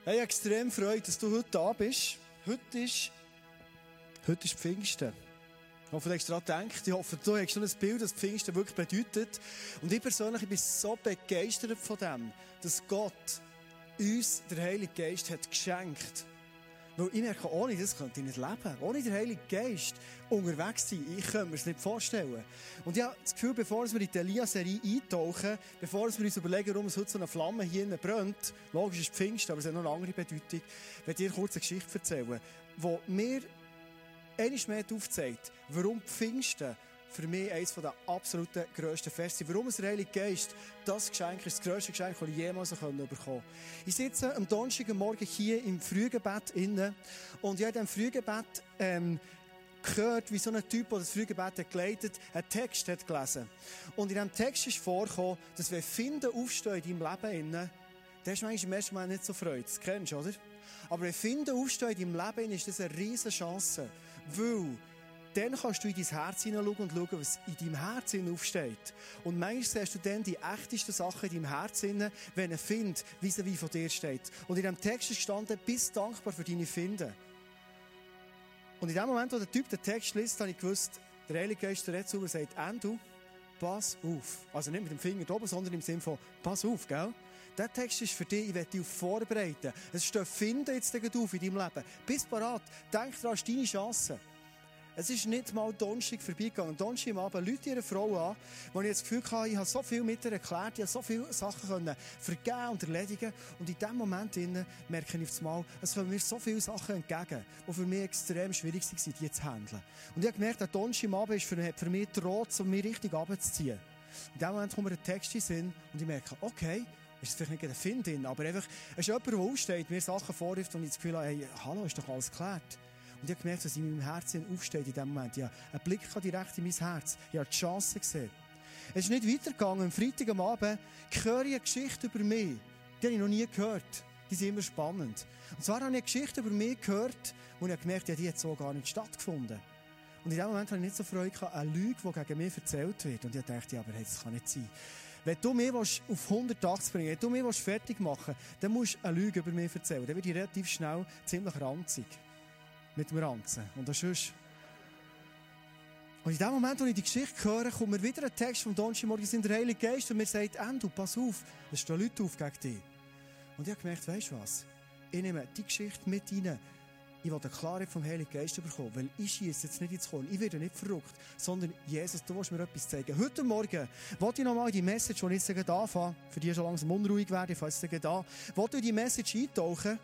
Ich habe extrem Freude, dass du heute da bist. Heute ist Pfingsten. Ich hoffe, du hast daran gedacht. Ich hoffe, du hast schon ein Bild, das Pfingsten wirklich bedeutet. Und ich persönlich bin so begeistert von dem, dass Gott uns den Heiligen Geist hat geschenkt. Weil ich merke, ohne das könnte ich nicht leben. Ohne den Heiligen Geist unterwegs sein, ich könnte mir es nicht vorstellen. Und ich habe das Gefühl, bevor wir in die Elia-Serie eintauchen, bevor wir uns überlegen, warum es heute so eine Flamme hier innen brennt, logisch ist Pfingsten, aber es hat noch eine andere Bedeutung, werde ich dir kurz eine Geschichte erzählen, die mir einmal mehr aufzeigt, warum Pfingsten für mich eines der absoluten grössten Feste. Warum der Heilige Geist das Geschenk ist, das grösste Geschenk, das ich jemals bekommen konnte. Ich sitze am Donnerstagmorgen hier im Frühgebet innen und ich habe in diesem Frühgebet gehört, wie so ein Typ, der das Frühgebet hat geleitet, einen Text hat gelesen. Und in diesem Text ist vorgekommen, dass wenn Finden aufstehen in deinem Leben innen, dann hast du manchmal im ersten Moment nicht so Freude. Das kennst du, oder? Aber wenn Finden aufstehen in deinem Leben, ist das eine riesige Chance. Weil dann kannst du in dein Herz hineinschauen und schauen, was in deinem Herz aufsteht. Und manchmal siehst du dann die echtesten Sachen in deinem Herz, wenn ein Find vis-à-vis von dir steht. Und in diesem Text ist gestanden, bist dankbar für deine Finden. Und in dem Moment, wo der Typ den Text liest, habe ich gewusst, der Heilige Geist redet zu mir und sagt, Endo, pass auf. Also nicht mit dem Finger oben, sondern im Sinne von, pass auf, gell? Der Text ist für dich, ich werde dich vorbereiten. Es steht Finden jetzt auf in deinem Leben. Bist bereit, denk daran, es ist deine Chance. Es ist nicht mal Donnerstag vorbeigegangen. Donnerstag am Abend ruft eine Frau an, wo ich das Gefühl hatte, ich habe so viel mit ihr erklärt, ich habe so viele Sachen vergeben und erledigen. Und in diesem Moment merke ich auf einmal, es kommen mir so viele Sachen entgegen, die für mich extrem schwierig waren, die zu handeln. Und ich habe gemerkt, der Donnerstag am Abend ist für mich droht, um mich richtig runterzuziehen. In dem Moment kommt mir ein Text in den Sinn und ich merke, okay, ist es vielleicht nicht ein Find drin, aber einfach, es ist jemand, der aufsteht, mir Sachen vorruft und ich das Gefühl habe, hey, hallo, ist doch alles geklärt. Und ich habe gemerkt, dass in meinem Herzen aufsteht in dem Moment. Ich habe einen Blick direkt in mein Herz. Ich habe die Chance gesehen. Es ist nicht weitergegangen. Am Freitag am Abend höre ich eine Geschichte über mich. Die habe ich noch nie gehört. Die sind immer spannend. Und zwar habe ich eine Geschichte über mich gehört, und ich habe gemerkt, die hat so gar nicht stattgefunden. Und in dem Moment habe ich nicht so Freude gehabt, eine Lüge, die gegen mich erzählt wird. Und ich dachte, ja, aber hey, das kann nicht sein. Wenn du mich auf 180 bringen willst, wenn du mich fertig machen willst, dann musst du eine Lüge über mich erzählen. Dann werde ich relativ schnell ziemlich ranzig. Mit dem Ranzen. Und das ist. Und in dem Moment, wo ich die Geschichte höre, kommt mir wieder ein Text vom Donnerstagmorgen in der Heilige Geist und mir sagt, Endo, pass auf, es stehen Leute auf gegen dich. Und ich habe gemerkt, weisst du was? Ich nehme die Geschichte mit rein. Ich will eine Klarheit vom Heiligen Geist bekommen, weil ich schiesse jetzt nicht ins Korn. Ich werde nicht verrückt, sondern Jesus, du willst mir etwas zeigen. Heute Morgen wollte ich nochmal die Message, die ich jetzt anfange, für die schon langsam unruhig werde, ich fange jetzt an, wollte ich die Message eintauchen.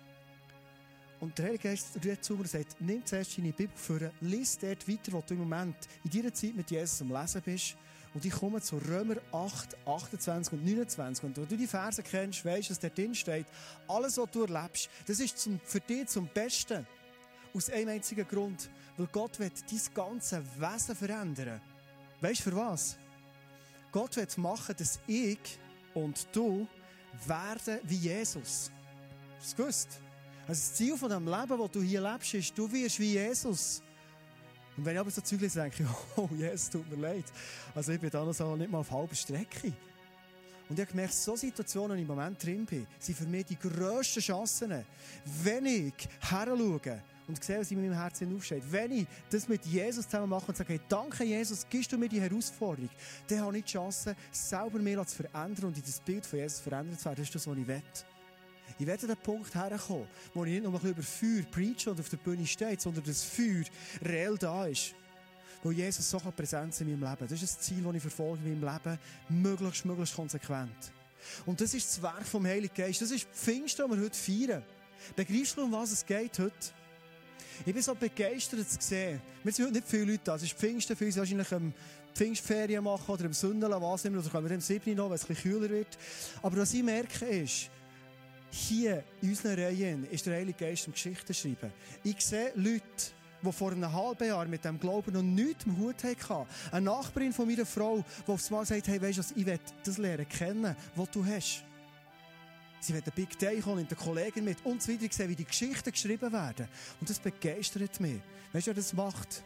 Und der Heilige Geist redet zu mir und sagt, nimm zuerst deine Bibel vor, lies dort weiter, wo du im Moment in deiner Zeit mit Jesus am Lesen bist. Und ich komme zu Römer 8, 28 und 29. Und wenn du die Verse kennst, weisst, was da drin steht. Alles, was du erlebst, das ist für dich zum Besten. Aus einem einzigen Grund. Weil Gott will dein ganze Wesen verändern. Weisst du für was? Gott will machen, dass ich und du werden wie Jesus. Hast du gewusst? Also das Ziel von dem Leben, das du hier lebst, ist, du wirst wie Jesus. Und wenn ich aber so Zeug lese, denke ich, oh Jesus, tut mir leid. Also ich bin da noch so nicht mal auf halber Strecke. Und ich habe gemerkt, so Situationen, in ich im Moment drin bin, sind für mich die grössten Chancen, wenn ich heranschaue und sehe, was in meinem Herzen aufsteht. Wenn ich das mit Jesus zusammen mache und sage, hey, danke Jesus, gibst du mir die Herausforderung, dann habe ich die Chance, selber mich zu verändern und in das Bild von Jesus verändert zu werden. Das ist das, was ich will. Ich werde an den Punkt herkommen, wo ich nicht nur über Feuer preache und auf der Bühne stehe, sondern das Feuer reell da ist. Wo Jesus so präsent ist in meinem Leben. Das ist das Ziel, das ich verfolge in meinem Leben. Möglichst konsequent. Und das ist das Werk vom Heiligen Geist. Das ist Pfingsten, das wir heute feiern. Begreifst du, um was es geht heute? Ich bin so begeistert zu sehen. Wir sind heute nicht viele Leute da. Es ist Pfingsten, viele sind wahrscheinlich am Pfingstferien machen oder im Sündeln, was immer. Oder kommen wir im 7. noch, wenn es ein bisschen kühler wird. Aber was ich merke ist, hier in unseren Reihen ist der Heilige Geist am Geschichten schreiben. Ich sehe Leute, die vor einem halben Jahr mit dem Glauben noch nichts im Hut hatten. Eine Nachbarin von meiner Frau, die auf einmal sagt, hey, weisst du was, ich will das lernen kennen, was du hast. Sie will den Big Day kommen, nimmt den Kollegen mit und so weiter. Ich sehe, wie die Geschichten geschrieben werden. Und das begeistert mich. Weißt du, wer das macht?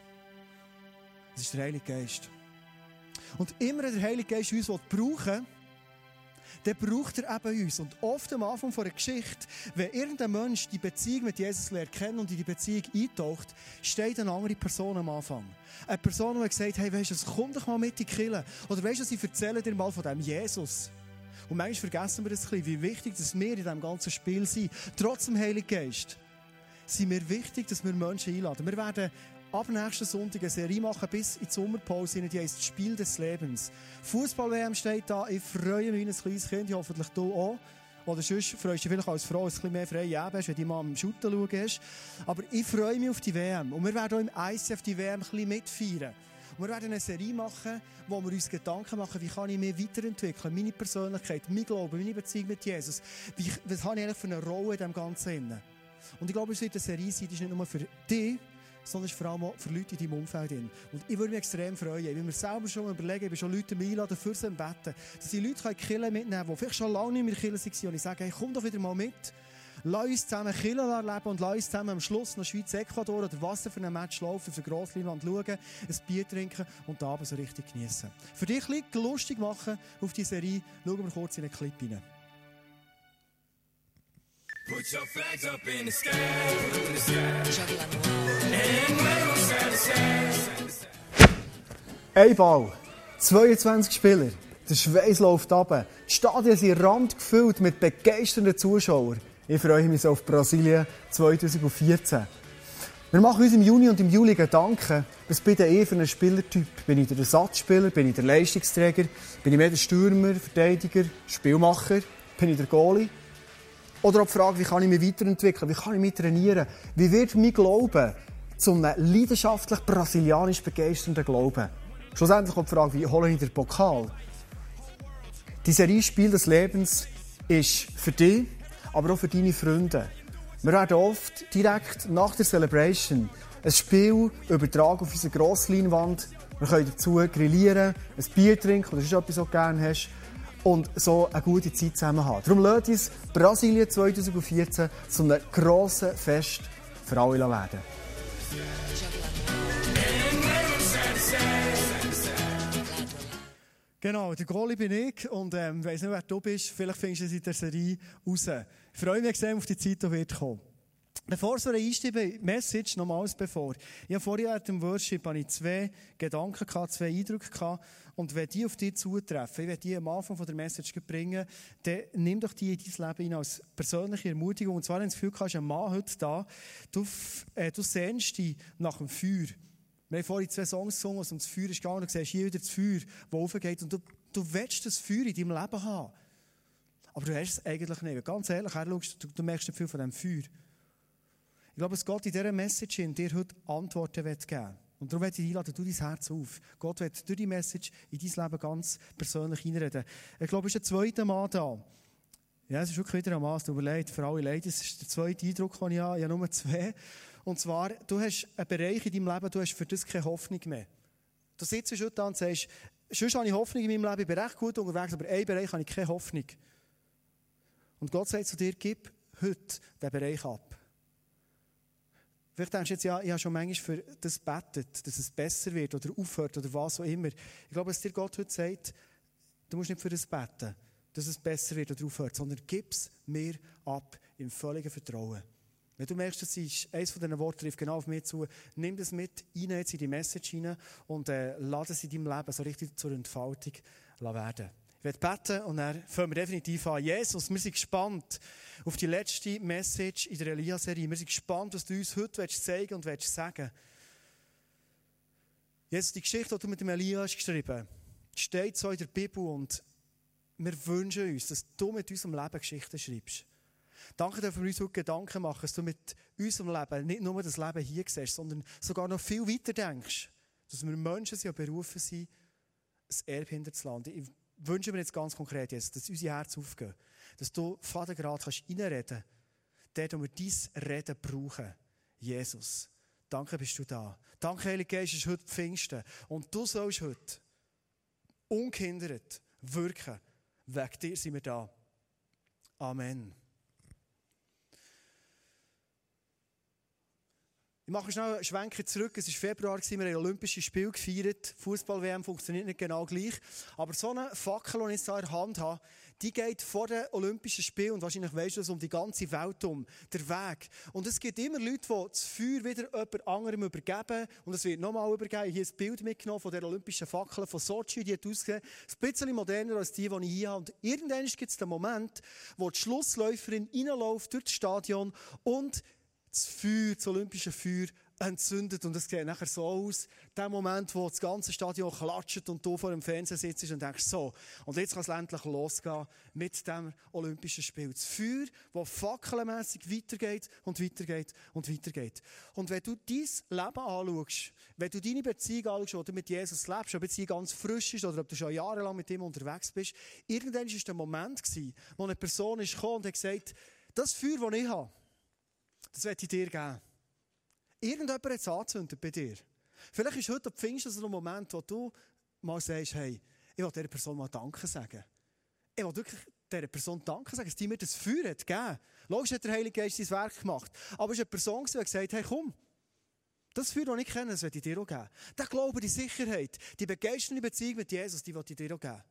Das ist der Heilige Geist. Und immer wenn der Heilige Geist uns brauchen will, dann braucht er eben uns. Und oft am Anfang einer Geschichte, wenn irgendein Mensch die Beziehung mit Jesus lernt kennen und in die Beziehung eintaucht, steht eine andere Person am Anfang. Eine Person, die gesagt hat, hey, weisst du, komm doch mal mit in die Kirche. Oder weisst du, ich erzähle dir mal von diesem Jesus. Und manchmal vergessen wir das ein bisschen, wie wichtig dass wir in diesem ganzen Spiel sind. Trotz dem Heiligen Geist sind wir wichtig, dass wir Menschen einladen. Wir werden ab nächsten Sonntag eine Serie machen bis in die Sommerpause, die heisst Spiel des Lebens. Fußball-WM steht da. Ich freue mich wie ein kleines Kind, hoffentlich du auch. Oder sonst freust du dich vielleicht als Frau, dass du ein bisschen mehr freie Eben hast, wenn du mal am Shooten schaust. Aber ich freue mich auf die WM. Und wir werden auch im ICF die WM ein bisschen mitfeiern. Und wir werden eine Serie machen, wo wir uns Gedanken machen, wie kann ich mich weiterentwickeln, meine Persönlichkeit, mein Glauben, meine Beziehung mit Jesus. Was habe ich eigentlich für eine Rolle in dem Ganzen? Und ich glaube, es wird eine Serie sein, die ist nicht nur für dich, sondern ist vor allem auch für Leute in deinem Umfeld. Und ich würde mich extrem freuen, weil wir selber schon überlegen, ich bin schon Leute einladen, für sie beten, dass die Leute die Kirche mitnehmen können, die vielleicht schon lange nicht mehr in der Kirche waren. Und ich sage, hey, komm doch wieder mal mit. Lass uns zusammen Kirche erleben und lass uns zusammen am Schluss noch Schweiz-Ecuador oder was für ein Match läuft, auf der Grossleinwand schauen, ein Bier trinken und den Abend so richtig genießen. Für dich ein bisschen lustig machen auf die Serie, schauen wir kurz in einen Clip rein. Put your flags up in the sky, in the sky. And wave side to side. Ein Ball, 22 Spieler, der Schweiß läuft runter. Die Stadien sind randgefüllt mit begeisternden Zuschauern. Ich freue mich so auf Brasilien 2014. Wir machen uns im Juni und im Juli Gedanken, was bin ich für einen Spielertyp? Bin ich der Ersatzspieler? Bin ich der Leistungsträger? Bin ich mehr der Stürmer, Verteidiger, Spielmacher? Bin ich der Goalie? Oder auch die Frage, wie kann ich mich weiterentwickeln? Wie kann ich mich trainieren? Wie wird mein Glauben zu einem leidenschaftlich brasilianisch begeisternden Glauben? Schlussendlich auch die Frage, wie hole ich den Pokal? Die Serie Spiel des Lebens ist für dich, aber auch für deine Freunde. Wir werden oft direkt nach der Celebration ein Spiel übertragen auf unsere Grossleinwand. Wir können dazu grillieren, ein Bier trinken oder etwas, was du gerne hast. Und so eine gute Zeit zusammen haben. Darum lässt uns Brasilien 2014 zu einem grossen Fest für alle werden. Genau, der Goalie bin ich und ich weiss nicht, wer du bist. Vielleicht findest du es in der Serie raus. Ich freue mich extrem auf die Zeit, die wird kommen. Bevor so eine Einstieg-Message, nochmals bevor. Ich habe vorher während dem Worship zwei Gedanken gehabt, zwei Eindrücke gehabt. Und wenn die auf dich zutreffen, ich werde die am Anfang von der Message bringen, dann nimm doch die in dein Leben hinein als persönliche Ermutigung. Und zwar, wenn du das Gefühl hast, ein Mann heute da, du sehnst dich nach dem Feuer. Wir haben vorhin 2 Songs gesungen, was um das Feuer ist gegangen, und du siehst hier wieder das Feuer, das aufgeht. Und du willst das Feuer in deinem Leben haben. Aber du hast es eigentlich nicht. Ganz ehrlich, du merkst nicht viel von diesem Feuer. Ich glaube, dass Gott in dieser Message dir heute Antworten geben will. Und darum möchte ich dich einladen, du dein Herz auf. Gott will durch die Message in dein Leben ganz persönlich hineinreden. Ich glaube, es ist der zweite Mann da. Ja, es ist wirklich wieder ein Mann, es tut mir leid, für alle Leute. Das ist der zweite Eindruck, den ich habe. Ich habe nur 2. Und zwar, du hast einen Bereich in deinem Leben, du hast für das keine Hoffnung mehr. Du sitzt heute da und sagst, sonst habe ich Hoffnung in meinem Leben, ich bin recht gut unterwegs, aber in einem Bereich habe ich keine Hoffnung. Und Gott sagt zu dir, gib heute diesen Bereich ab. Vielleicht denkst du jetzt, ja, ich habe schon manchmal für das gebetet, dass es besser wird oder aufhört oder was auch immer. Ich glaube, dass dir Gott heute sagt, du musst nicht für das beten, dass es besser wird oder aufhört, sondern gib es mir ab im völligen Vertrauen. Wenn du merkst, dass eines von diesen Worten trifft genau auf mich zu, nimm das mit rein jetzt in die Message rein und lass es in deinem Leben so richtig zur Entfaltung werden. Ich werde beten und dann fangen wir definitiv an. Jesus, wir sind gespannt auf die letzte Message in der Elia-Serie. Wir sind gespannt, was du uns heute zeigen und sagen. Jesus, die Geschichte, die du mit dem Elia hast geschrieben, steht so in der Bibel und wir wünschen uns, dass du mit unserem Leben Geschichten schreibst. Danke, dass wir uns heute Gedanken machen, dass du mit unserem Leben nicht nur das Leben hier siehst, sondern sogar noch viel weiter denkst. Dass wir Menschen sind und berufen sind, ein Erbe hinterzulassen. Ich wünsche mir jetzt ganz konkret, jetzt, dass unser Herz aufgeht. Dass du Vatergrad kannst reinreden kannst, dort, wo wir dein Reden brauchen. Jesus, danke, bist du da. Danke, Heiliger Geist, ist heute Pfingsten. Und du sollst heute ungehindert wirken. Wegen dir sind wir da. Amen. Ich mache schnell einen Schwenker zurück. Es war Februar, wir haben Olympische Spiele gefeiert. Fußball-WM funktioniert nicht genau gleich. Aber so eine Fackel, die ich jetzt hier in der Hand habe, die geht vor den Olympischen Spielen, und wahrscheinlich weisst du es, um die ganze Welt um, der Weg. Und es gibt immer Leute, die das Feuer wieder jemand anderem übergeben, und es wird nochmal übergeben. Ich habe hier ein Bild mitgenommen von der Olympischen Fackel von Sochi, die hat ausgesehen, ein bisschen moderner als die ich hier habe. Und irgendwann gibt es den Moment, wo die Schlussläuferin reinläuft durch das Stadion und das Feuer, das olympische Feuer, entzündet. Und es sieht nachher so aus, der Moment, wo das ganze Stadion klatscht und du vor dem Fernseher sitzt und denkst, so, und jetzt kann es endlich losgehen mit dem Olympischen Spiel. Das Feuer, das fackelmässig weitergeht und weitergeht und weitergeht. Und wenn du dein Leben anschaust, wenn du deine Beziehung anschaust, wo du mit Jesus lebst, ob sie ganz frisch ist oder ob du schon jahrelang mit ihm unterwegs bist, irgendwann war der Moment, wo eine Person ist gekommen und hat gesagt, das Feuer, das ich habe, das werde ich dir geben. Irgendjemand hat es angezündet bei dir. Vielleicht ist heute am Pfingsten so ein Moment, wo du mal sagst, hey, ich will dieser Person mal Danke sagen. Ich will wirklich dieser Person Danke sagen, dass die mir das Feuer hat gegeben. Logisch hat der Heilige Geist sein Werk gemacht. Aber es war eine Person, die gesagt hat, hey komm, das Feuer, das ich kenne, das will ich dir auch geben. Der Glaube, die Sicherheit, die begeisternde Beziehung mit Jesus, die will ich dir auch geben.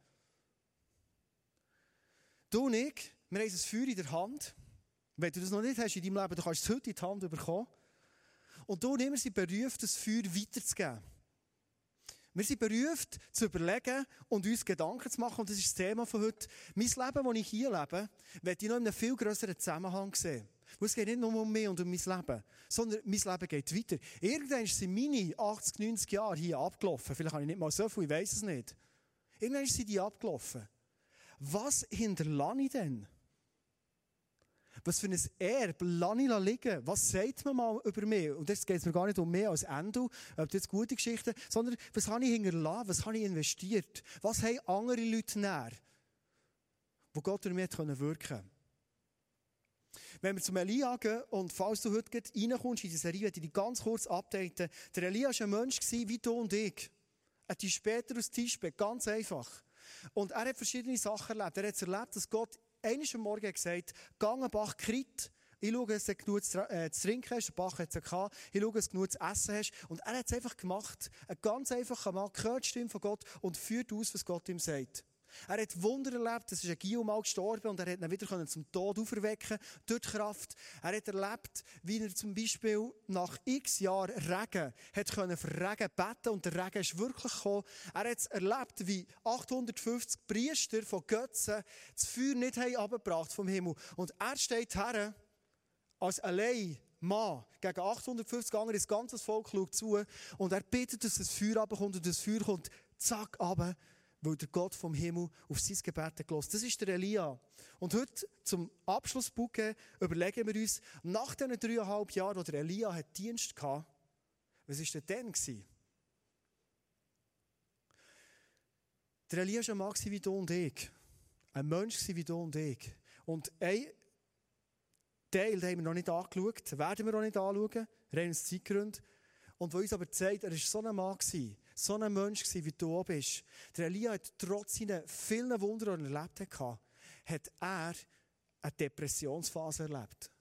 Du und ich, wir haben das Feuer in der Hand. Wenn du das noch nicht hast in deinem Leben, dann kannst du es heute in die Hand bekommen. Und du und ich, wir sind berufen, das Feuer weiterzugeben. Wir sind berufen, zu überlegen und uns Gedanken zu machen. Und das ist das Thema von heute. Mein Leben, das ich hier lebe, werde ich noch in einem viel grösseren Zusammenhang sehen. Weil es geht nicht nur um mich und um mein Leben, sondern mein Leben geht weiter. Irgendwann sind meine 80, 90 Jahre hier abgelaufen. Vielleicht habe ich nicht mal so viel, ich weiss es nicht. Irgendwann sind die abgelaufen. Was hinterlasse ich denn? Was für ein Erbe lasse ich liegen? Was sagt man mal über mich? Und jetzt geht es mir gar nicht um mich als Ende, ob das gute Geschichten, sondern was habe ich hinterlassen? Was habe ich investiert? Was haben andere Leute näher, wo Gott durch mich wirken konnte? Wenn wir zum Elia gehen, und falls du heute reinkommst in die Serie, werde ich dich ganz kurz updaten. Der Elia war ein Mensch wie du und ich. Ein Tisch später aus Tischbett, ganz einfach. Und er hat verschiedene Sachen erlebt. Er hat erlebt, dass Gott eines am Morgen gesagt, geh an den Bach Krit, ich schaue, dass du genug zu trinken hast, der Bach hat es gehabt, ich schaue, dass du genug zu essen hast. Und er hat es einfach gemacht. Ein ganz einfacher Mann, hört die Stimme von Gott und führt aus, was Gott ihm sagt. Er hat Wunder erlebt, es ist ein Gio mal gestorben und er hat ihn wieder zum Tod auferwecken durch die Kraft. Er hat erlebt, wie er zum Beispiel nach x Jahren Regen hat für Regen beten und der Regen ist wirklich gekommen. Er hat erlebt, wie 850 Priester von Götzen das Feuer nicht herabgebracht vom Himmel. Und er steht her als allein Mann gegen 850 andere, das ganze Volk schaut zu und er bittet, dass das Feuer runterkommt und das Feuer kommt zack runter, weil der Gott vom Himmel auf sein Gebet gelassen. Das ist der Elia. Und heute zum Abschlussbuche überlegen wir uns, nach diesen 3,5 Jahren, wo der Elia hat Dienst hatte, was war denn dann? Der Elia war ein Mann wie du und ich. Ein Mensch wie du und ich. Und ein Teil den haben wir noch nicht angeschaut, werden wir noch nicht anschauen, rein aus Zeitgründen. Und was uns aber zeigt, er war so ein Mann, so ein Mensch wie du auch bist. Der Elia hat trotz seiner vielen Wunder, die er erlebt hat, hat er eine Depressionsphase erlebt.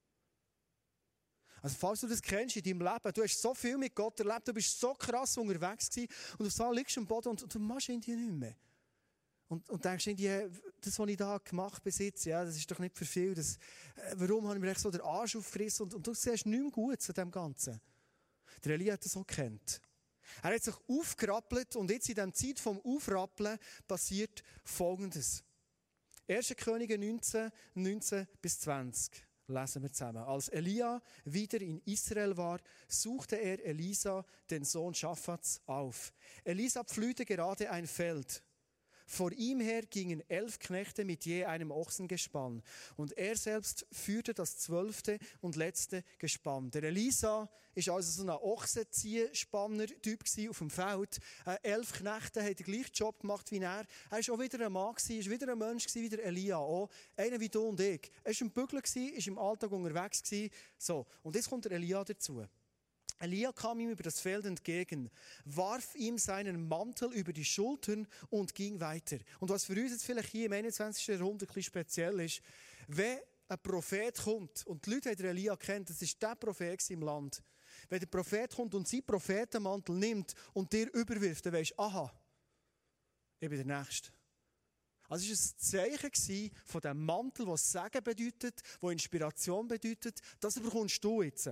Also falls du das kennst in deinem Leben, du hast so viel mit Gott erlebt, du bist so krass unterwegs gewesen und du so liegst am Boden und du machst irgendwie nicht mehr. Und denkst irgendwie, das, was ich da gemacht habe bis jetzt, ja, das ist doch nicht für viel. Warum habe ich mir echt so den Arsch aufgerissen? Und du siehst nichts mehr gut zu dem Ganzen. Der Elia hat das auch gekannt. Er hat sich aufgerappelt und jetzt in dieser Zeit vom Aufrappeln passiert Folgendes. 1. Könige 19 bis 20 lesen wir zusammen. Als Elia wieder in Israel war, suchte er Elisa, den Sohn Schaphats, auf. Elisa pflügte gerade ein Feld. Vor ihm her gingen 11 Knechte mit je einem Ochsengespann. Und er selbst führte das 12. und letzte Gespann. Der Elisa war also so ein Ochsenzieher-Spanner-Typ auf dem Feld. 11 Knechte haben den gleichen Job gemacht wie er. Er war auch wieder ein Mann, ist wieder ein Mensch wie der Elia. Auch einer wie du und ich. Er war ein Bügler, ist im Alltag unterwegs. So. Und jetzt kommt der Elia dazu. Elia kam ihm über das Feld entgegen, warf ihm seinen Mantel über die Schultern und ging weiter. Und was für uns jetzt vielleicht hier im 21. Jahrhundert ein bisschen speziell ist, wenn ein Prophet kommt, und die Leute haben Elia kennt, das ist der Prophet im Land. Wenn der Prophet kommt und seinen Prophetenmantel nimmt und dir überwirft, dann weisst du, aha, ich bin der Nächste. Also es war ein Zeichen von dem Mantel, der Segen bedeutet, der Inspiration bedeutet. Das bekommst du jetzt.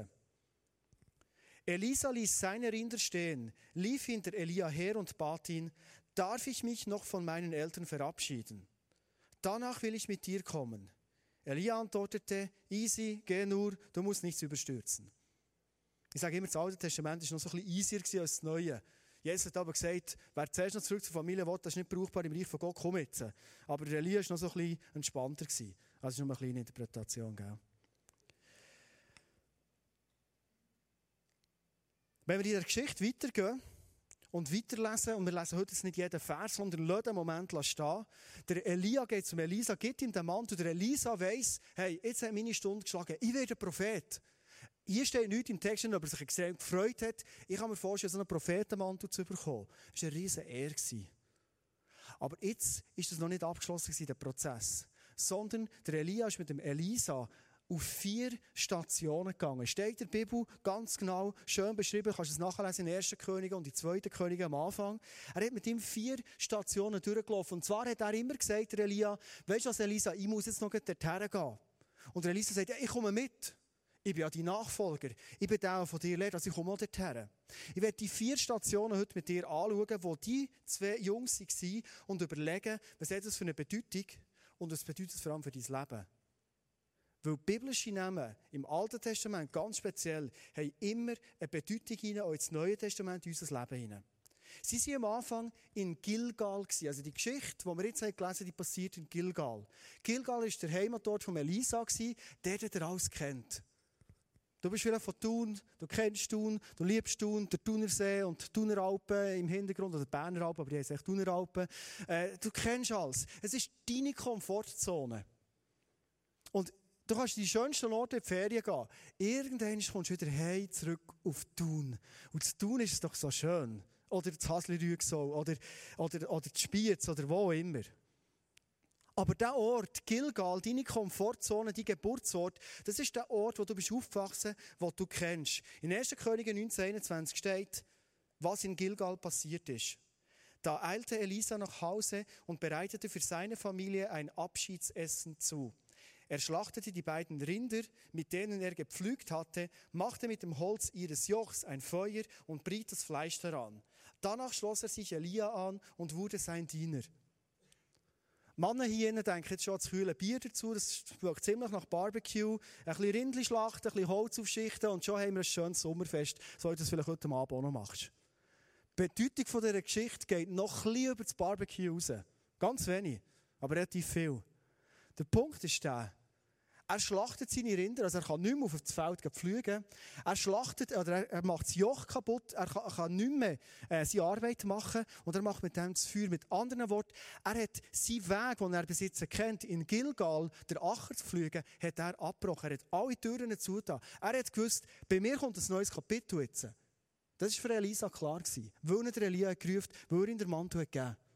Elisa ließ seine Rinder stehen, lief hinter Elia her und bat ihn, darf ich mich noch von meinen Eltern verabschieden? Danach will ich mit dir kommen. Elia antwortete, easy, geh nur, du musst nichts überstürzen. Ich sage immer, das Alte Testament war noch so ein bisschen easier als das Neue. Jesus hat aber gesagt, wer zuerst noch zurück zur Familie will, das ist nicht brauchbar im Reich von Gott, komm jetzt. Aber der Elia war noch so ein bisschen entspannter. Also es ist nur eine kleine Interpretation. Gell? Wenn wir in der Geschichte weitergehen und weiterlesen, und wir lesen heute jetzt nicht jeden Vers, sondern lassen den Moment stehen. Der Elia geht zum Elisa, gibt ihm den Mantel, und der Elisa weiss, hey, jetzt hat meine Stunde geschlagen, ich werde Prophet. Hier steht nichts im Text, ob er sich extrem gefreut hat. Ich kann mir vorstellen, so einen Prophetenmantel zu bekommen. Das war eine riesige Ehre. Aber jetzt ist das noch nicht abgeschlossen, der Prozess. Sondern der Elia ist mit dem Elisa auf 4 Stationen gegangen. Steht in der Bibel ganz genau, schön beschrieben, kannst du es nachlesen in 1. Könige und in 2. Könige am Anfang. Er hat mit ihm 4 Stationen durchgelaufen. Und zwar hat er immer gesagt, der Elia, weisst du was, Elisa, ich muss jetzt noch dorthin gehen. Und der Elisa sagt, ja, ich komme mit. Ich bin ja dein Nachfolger. Ich bin der, der von dir lernt, also ich komme auch dorthin. Ich werde die 4 Stationen heute mit dir anschauen, wo die 2 Jungs waren und überlegen, was hat das für eine Bedeutung und was bedeutet es vor allem für dein Leben. Weil biblische Namen im Alten Testament ganz speziell haben immer eine Bedeutung hinein, auch ins Neue Testament, in unser Leben hinein. Sie waren am Anfang in Gilgal. Also die Geschichte, die wir jetzt gelesen haben, die passiert in Gilgal. Gilgal war der Heimatort von Elisa, der er alles kennt. Du bist vielleicht von Thun, du kennst Thun, du liebst Thun, der Thunersee und die Thuner Alpen im Hintergrund, oder die Berner Alpen, aber die heißen echt Thuner Alpen. Du kennst alles. Es ist deine Komfortzone. Und du kannst in die schönsten Orte in die Ferien gehen. Irgendwann kommst du wieder heim, zurück auf Thun. Und das Thun ist es doch so schön. Oder das Hasli-Rüegsau, oder die Spiez, oder wo immer. Aber der Ort, Gilgal, deine Komfortzone, dein Geburtsort, das ist der Ort, wo du bist aufgewachsen, wo du kennst. In 1. Könige 1921 steht, was in Gilgal passiert ist. Da eilte Elisa nach Hause und bereitete für seine Familie ein Abschiedsessen zu. Er schlachtete die beiden Rinder, mit denen er gepflügt hatte, machte mit dem Holz ihres Jochs ein Feuer und briet das Fleisch daran. Danach schloss er sich Elia an und wurde sein Diener. Männer hier denken jetzt schon an das kühle Bier dazu, das schmeckt ziemlich nach Barbecue, ein bisschen Rindli schlachten, ein bisschen Holz aufschichten und schon haben wir ein schönes Sommerfest, so wie du das vielleicht heute Abend auch noch machst. Die Bedeutung von dieser Geschichte geht noch ein bisschen über das Barbecue raus. Ganz wenig, aber relativ viel. Der Punkt ist der, er schlachtet seine Rinder, also er kann nicht mehr auf das Feld pflügen. Er schlachtet, oder er macht das Joch kaputt, er kann nicht mehr seine Arbeit machen und er macht mit dem das Feuer. Mit anderen Worten, er hat seinen Weg, den er bis jetzt kennt, in Gilgal, der Acher zu pflügen, hat er abgebrochen. Er hat alle Türen zugetan. Er hat gewusst, bei mir kommt ein neues Kapitel jetzt. Das war für Elisa klar gewesen. Weil er Elia gerufen hat, weil er ihm den Mantel gegeben hat.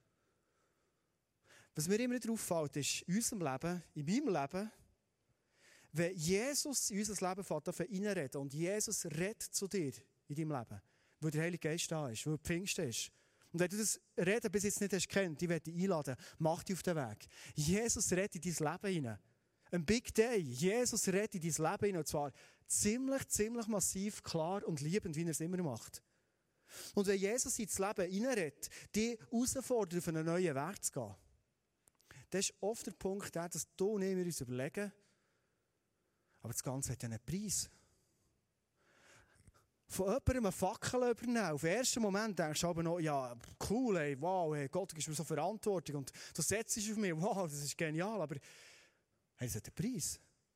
Was mir immer wieder auffällt, ist, in unserem Leben, in meinem Leben, wenn Jesus in unser Leben reinreden und Jesus redet zu dir in deinem Leben, weil der Heilige Geist da ist, weil Pfingsten ist. Und wenn du das Reden bis jetzt nicht hast kennt, ich werde dich einladen, mach dich auf den Weg. Jesus redet in dein Leben hinein. Ein Big Day. Jesus redet in dein Leben hinein. Und zwar ziemlich massiv, klar und liebend, wie er es immer macht. Und wenn Jesus in das Leben hineinredet, die herausfordert, auf einen neuen Weg zu gehen, dann ist oft der Punkt der, dass du und ich uns überlegen, aber das Ganze hat einen Preis. Von jemandem eine Fackel übernehmen. Auf den ersten Moment denkst du aber noch, ja, cool, ey, wow, hey, Gott gibt mir so Verantwortung und du setzt dich auf mich, wow, das ist genial, aber hey, das hat einen Preis.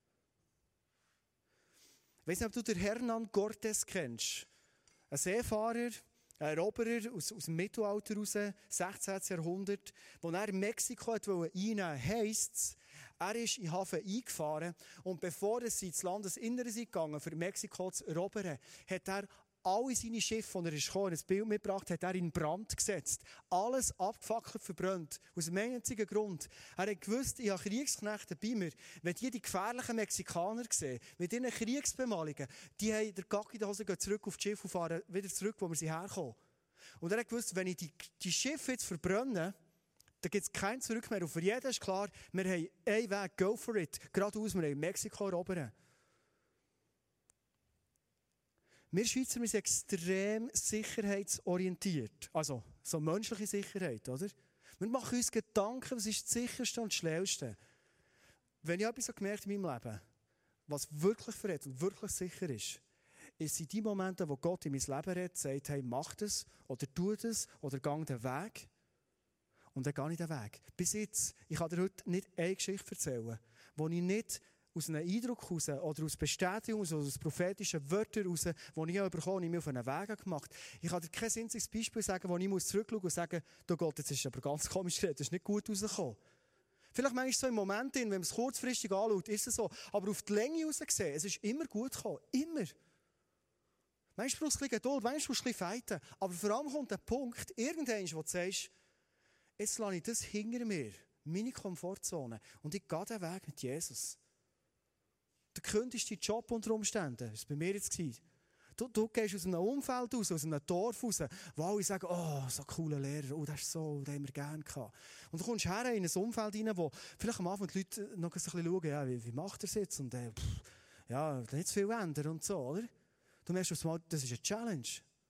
Ich weiss nicht, ob du den Hernan Cortés kennst. Ein Seefahrer, ein Eroberer aus dem Mittelalter raus, 16. Jahrhundert, wo er Mexiko einnehmen wollte, heisst es, er ist in den Hafen eingefahren und bevor sie ins Landesinnere sind gegangen, für Mexiko zu erobern, hat er alle seine Schiffe, die er kam, ein Bild mitgebracht, hat er in Brand gesetzt. Alles abgefackelt, verbrannt. Aus dem einzigen Grund. Er hat gewusst, ich habe Kriegsknechte bei mir. Wenn die gefährlichen Mexikaner sehen, mit ihren Kriegsbemalungen, die haben der Gacki in der Hose, gehen zurück auf das Schiff und fahren wieder zurück, wo wir sie herkommen. Und er hat gewusst, wenn ich die Schiffe jetzt verbrenne, Da gibt es kein Zurück mehr. Und für jeden ist klar, wir haben einen Weg, go for it. Geradeaus, wir haben Mexiko erobern. Wir Schweizer, wir sind extrem sicherheitsorientiert. Also, so menschliche Sicherheit, oder? Wir machen uns Gedanken, was ist das Sicherste und das Schnellste. Wenn ich etwas gemerkt in meinem Leben, was wirklich verrät und wirklich sicher ist, sind die Momente, wo Gott in mein Leben redet, sagt, hey, mach das oder tu das oder gang den Weg. Und dann gehe ich den Weg. Bis jetzt, ich kann dir heute nicht eine Geschichte erzählen, wo ich nicht aus einem Eindruck heraus oder aus Bestätigung, oder aus prophetischen Wörtern heraus, die ich bekommen habe, ich mir auf einen Weg gemacht habe. Ich kann dir kein einziges Beispiel sagen, wo ich zurückschauen muss und sagen, du Gott, jetzt ist aber ganz komisch geredet, das ist nicht gut rausgekommen. Vielleicht manchmal so im Moment, wenn man es kurzfristig anschaut, ist es so. Aber auf die Länge heraus gesehen, es ist immer gut gekommen. Immer. Manchmal brauchst du ein bisschen Geduld, manchmal brauchst du ein bisschen fighten. Aber vor allem kommt der Punkt, irgendwann, wo du sagst, jetzt lasse ich das hinter mir, meine Komfortzone, und ich gehe den Weg mit Jesus. Du kündigst deinen Job unter Umständen. Das war bei mir jetzt. Du gehst aus einem Umfeld raus, aus einem Dorf raus, wo alle sagen, oh, so ein cooler Lehrer, oh, das ist so, den haben wir gerne gehabt. Und du kommst her in ein Umfeld rein, wo vielleicht am Anfang die Leute noch ein bisschen schauen, ja, wie macht er es jetzt? Und ja, nicht zu viel ändern und so, oder? Du merkst aufs Mal, das ist eine Challenge.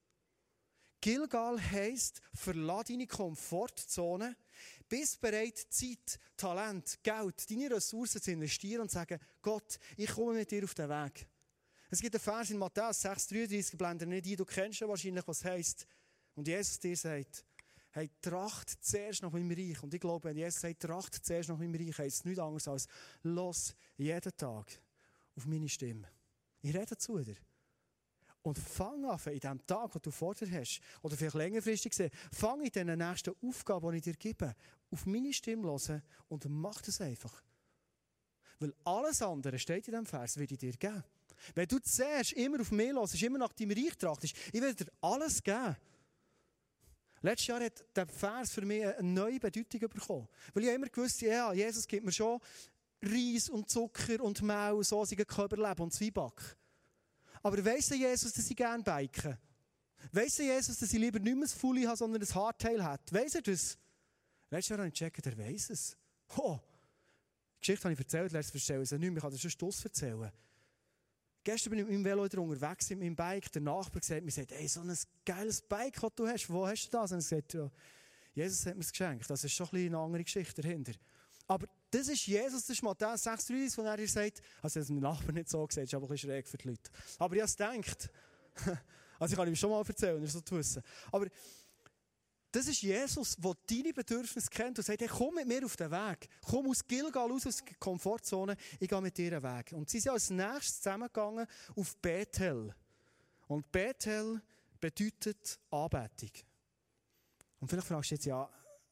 Gilgal heisst, verlass deine Komfortzone, bist bereit, Zeit, Talent, Geld, deine Ressourcen zu investieren und zu sagen, Gott, ich komme mit dir auf den Weg. Es gibt einen Vers in Matthäus 6,33, blende nicht ein, du kennst ja wahrscheinlich, was heisst. Und Jesus dir sagt, hey, tracht zuerst nach meinem Reich. Und ich glaube, wenn Jesus sagt, tracht zuerst nach meinem Reich, heisst es nichts anderes als, los jeden Tag auf meine Stimme. Ich rede zu dir. Und fang an, in dem Tag, den du vor dir hast, oder vielleicht längerfristig gesehen, fang in den nächsten Aufgaben, die ich dir gebe, auf meine Stimme hören und mach das einfach. Weil alles andere, steht in diesem Vers, will ich dir geben. Wenn du zuerst immer auf mich hörst, immer nach deinem Reich trachtest, ich will dir alles geben. Letztes Jahr hat der Vers für mich eine neue Bedeutung bekommen. Weil ich immer gewusst habe, ja, Jesus gibt mir schon Reis und Zucker und Mehl, soßige Körperleben und Zwieback. Aber weiss der Jesus, dass ich gerne bike? Weiss der Jesus, dass ich lieber nicht mehr ein Fully habe, sondern ein Hardtail habe? Weiss er das? Letztes Jahr habe ich gecheckt, er weiss es. Oh. Die Geschichte habe ich erzählt, letztes erzählen sie nicht mehr, ich kann dir schon Stuss erzählen. Gestern bin ich mit meinem Velo wieder unterwegs, mit meinem Bike. Der Nachbar mir sagt, ey, so ein geiles Bike, das du hast, wo hast du das? Und ich gesagt, ja, Jesus hat mir es geschenkt. Das ist schon ein bisschen eine andere Geschichte dahinter. Aber das ist Jesus, das ist Matthäus 6,33, wo er dir sagt, also das hat mein Nachbar nicht so gesagt, ist aber ein bisschen schräg für die Leute. Aber ich habe es gedacht. Also ich kann ihm schon mal erzählen, er so zu wissen. Aber das ist Jesus, der deine Bedürfnisse kennt und sagt, hey, komm mit mir auf den Weg. Komm aus Gilgal raus, aus der Komfortzone, ich gehe mit dir einen Weg. Und sie sind als nächstes zusammengegangen auf Bethel. Und Bethel bedeutet Anbetung. Und vielleicht fragst du jetzt, ja,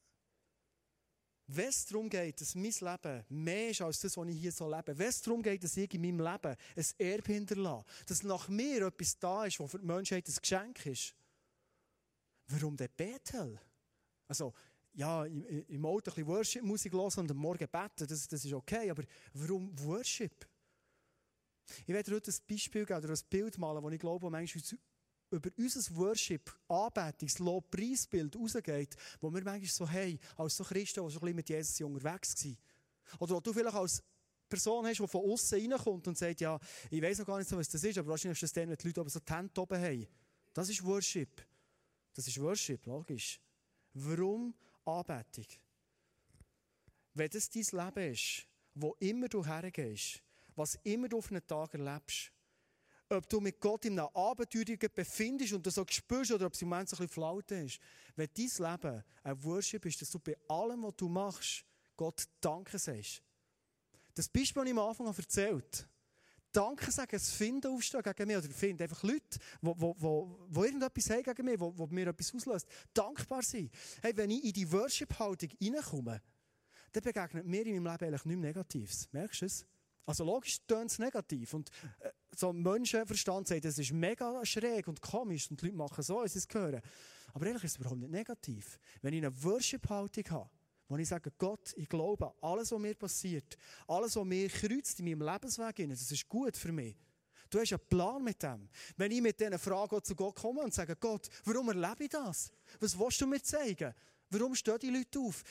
wenn es darum geht, dass mein Leben mehr ist als das, was ich hier so lebe, wenn es darum geht, dass ich in meinem Leben ein Erbe hinterlasse, dass nach mir etwas da ist, was für die Menschheit ein Geschenk ist, warum denn Bethel? Also, ja, im Auto ein bisschen Worship-Musik hören und am Morgen beten, das ist okay, aber warum Worship? Ich werde dir heute ein Beispiel geben oder ein Bild malen, das ich glaube, manchmal über unser Worship, Anbetungs-, Lob-, Preisbild rausgeht, wo wir manchmal so haben, als so Christen, die schon ein bisschen mit Jesus unterwegs waren. Oder wo du vielleicht als Person hast, die von außen reinkommt und sagt, ja, ich weiss noch gar nicht so, was das ist, aber wahrscheinlich ist das dann, wenn die Leute aber so die Hände oben haben. Das ist Worship. Das ist Worship, logisch. Warum Anbetung? Wenn das dein Leben ist, wo immer du hergehst, was immer du auf einen Tag erlebst, ob du mit Gott in einem Abenteuer befindest und du so spürst oder ob es im Moment so ein bisschen Flaute ist. Wenn dein Leben ein Worship ist, dass du bei allem, was du machst, Gott Danke sagst. Das Beispiel, das ich am Anfang erzählt habe, Danke sagen, es Finden aufstehen gegen mich, oder Finden einfach Leute, die irgendetwas haben gegen mich, die mir etwas auslöst. Dankbar sein. Hey, wenn ich in die Worship-Haltung reinkomme, dann begegnet mir in meinem Leben eigentlich nichts Negatives. Merkst du es? Also logisch tönt es negativ. Und so ein Menschenverstand sagt, das ist mega schräg und komisch und die Leute machen so, als sie es hören. Aber ehrlich ist es überhaupt nicht negativ. Wenn ich eine Worship-Haltung habe, wo ich sage, Gott, ich glaube, alles, was mir passiert, alles, was mir kreuzt in meinem Lebensweg, das ist gut für mich. Du hast einen Plan mit dem. Wenn ich mit diesen Fragen zu Gott komme und sage, Gott, warum erlebe ich das? Was willst du mir zeigen? Warum stehen die Leute auf?